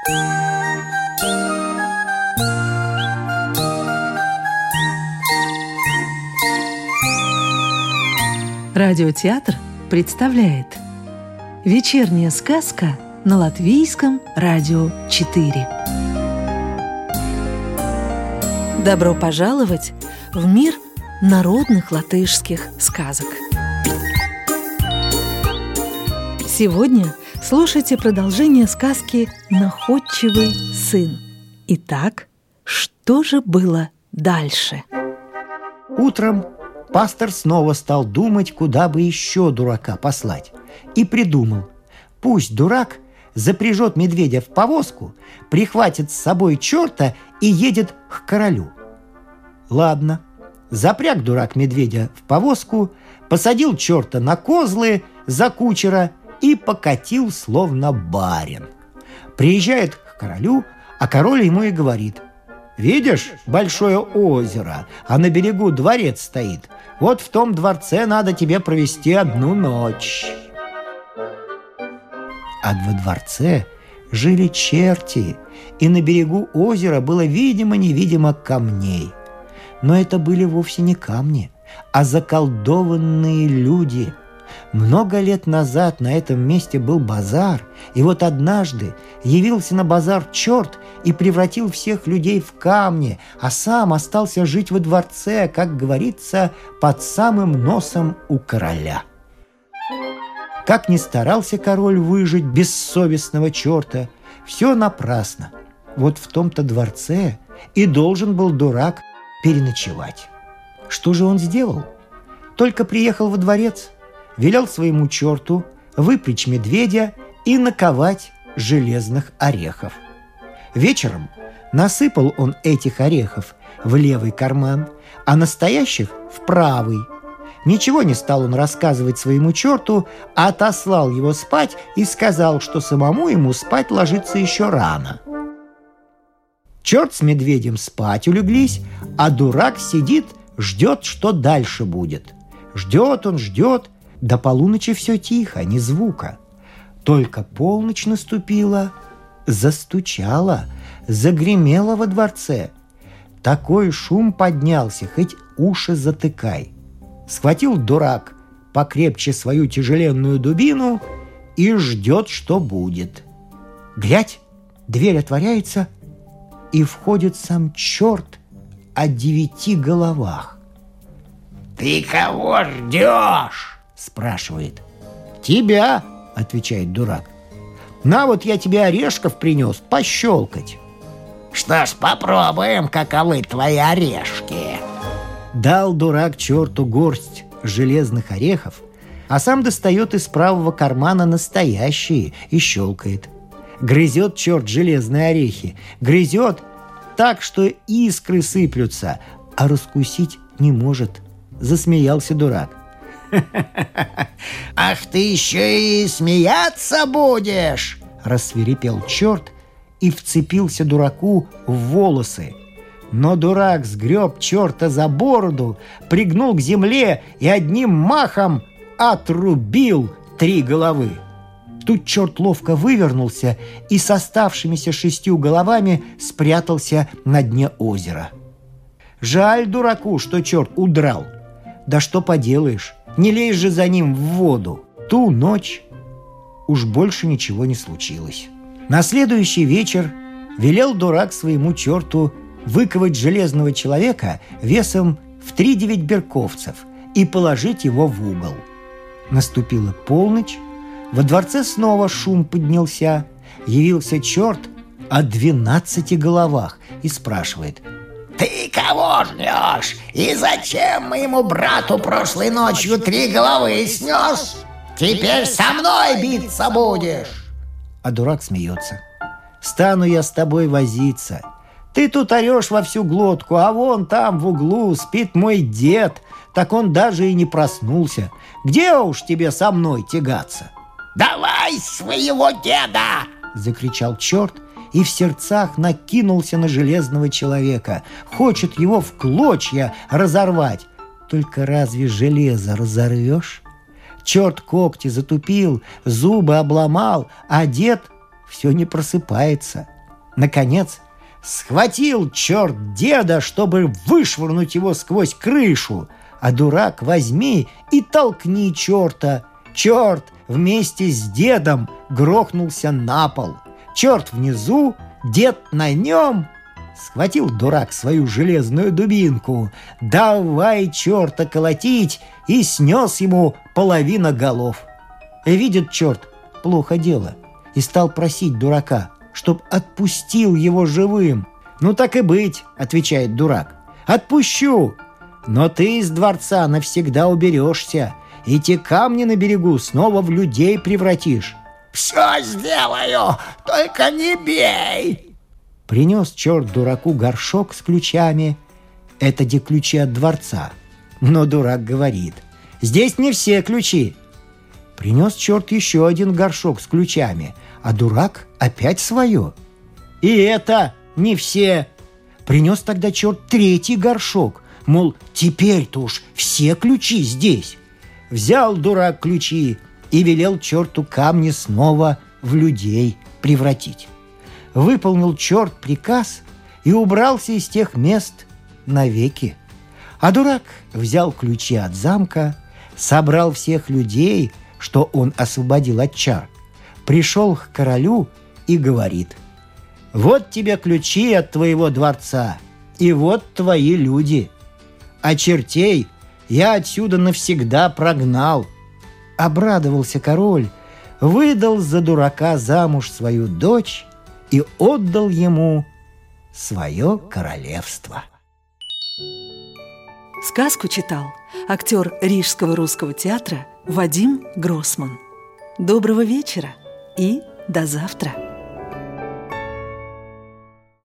Радиотеатр представляет «Вечерняя сказка» на Латвийском радио 4. Добро пожаловать в мир народных латышских сказок. Сегодня слушайте продолжение сказки «Находчивый сын». Итак, что же было дальше? Утром пастор снова стал думать, куда бы еще дурака послать. И придумал: пусть дурак запряжет медведя в повозку, прихватит с собой черта и едет к королю. Ладно, запряг дурак медведя в повозку, посадил черта на козлы за кучера и покатил, словно барин. Приезжает к королю, а король ему и говорит: «Видишь большое озеро, а на берегу дворец стоит? Вот в том дворце надо тебе провести одну ночь». А во дворце жили черти, и на берегу озера было видимо-невидимо камней. Но это были вовсе не камни, а заколдованные люди. Много лет назад на этом месте был базар, и вот однажды явился на базар черт и превратил всех людей в камни, а сам остался жить во дворце, как говорится, под самым носом у короля. Как ни старался король выжить бессовестного черта, все напрасно. Вот в том-то дворце и должен был дурак переночевать. Что же он сделал? Только приехал во дворец, велел своему черту выпрячь медведя и наковать железных орехов. Вечером насыпал он этих орехов в левый карман, а настоящих в правый. Ничего не стал он рассказывать своему черту, а отослал его спать и сказал, что самому ему спать ложиться еще рано. Черт с медведем спать улеглись, а дурак сидит, ждет, что дальше будет. Ждет он, ждет, до полуночи все тихо, ни звука. Только полночь наступила, застучала, загремела во дворце. Такой шум поднялся, хоть уши затыкай. Схватил дурак покрепче свою тяжеленную дубину и ждет, что будет. Глядь, дверь отворяется, и входит сам черт о 9 головах. «Ты кого ждешь?» – спрашивает. «Тебя», – отвечает дурак. «На вот я тебе орешков принес пощелкать». «Что ж, попробуем, каковы твои орешки». Дал дурак черту горсть железных орехов, а сам достает из правого кармана настоящие и щелкает. Грызет черт железные орехи, грызет так, что искры сыплются, а раскусить не может. Засмеялся дурак. «Ах, ты еще и смеяться будешь!» рассвирепел черт и вцепился дураку в волосы. Но дурак сгреб черта за бороду, пригнул к земле и одним махом отрубил 3 головы. Тут черт ловко вывернулся и с оставшимися 6 головами спрятался на дне озера. Жаль дураку, что черт удрал. Да что поделаешь, не лезь же за ним в воду. Ту ночь уж больше ничего не случилось. На следующий вечер велел дурак своему черту выковать железного человека весом в 3 берковцев и положить его в угол. Наступила полночь, во дворце снова шум поднялся, явился черт о 12 головах и спрашивает: «Ты кого ждешь? И зачем моему брату прошлой ночью 3 головы снес? Теперь со мной биться будешь!» А дурак смеется: «Стану я с тобой возиться. Ты тут орешь во всю глотку, а вон там в углу спит мой дед, так он даже и не проснулся. Где уж тебе со мной тягаться?» «Давай своего деда!» – закричал черт и в сердцах накинулся на железного человека. Хочет его в клочья разорвать. Только разве железо разорвешь? Черт когти затупил, зубы обломал, а дед все не просыпается. Наконец, схватил черт деда, чтобы вышвырнуть его сквозь крышу, а дурак возьми и толкни черта. Черт вместе с дедом грохнулся на пол. Черт внизу, дед на нем. Схватил дурак свою железную дубинку, давай черта колотить, и снес ему половина голов. Видит черт, плохо дело, и стал просить дурака, чтоб отпустил его живым. «Ну так и быть», — отвечает дурак, — «отпущу, но ты из дворца навсегда уберешься, и те камни на берегу снова в людей превратишь». «Все сделаю, только не бей!» Принес черт дураку горшок с ключами. Это де ключи от дворца. Но дурак говорит: «Здесь не все ключи». Принес черт еще один горшок с ключами, а дурак опять свое. «И это не все». Принес тогда черт третий горшок, мол, теперь-то уж все ключи здесь. Взял дурак ключи и велел черту камни снова в людей превратить. Выполнил черт приказ и убрался из тех мест навеки. А дурак взял ключи от замка, собрал всех людей, что он освободил от чар, пришел к королю и говорит: «Вот тебе ключи от твоего дворца, и вот твои люди. А чертей я отсюда навсегда прогнал». Обрадовался король, выдал за дурака замуж свою дочь и отдал ему свое королевство. Сказку читал актер Рижского русского театра Вадим Гроссман. Доброго вечера и до завтра!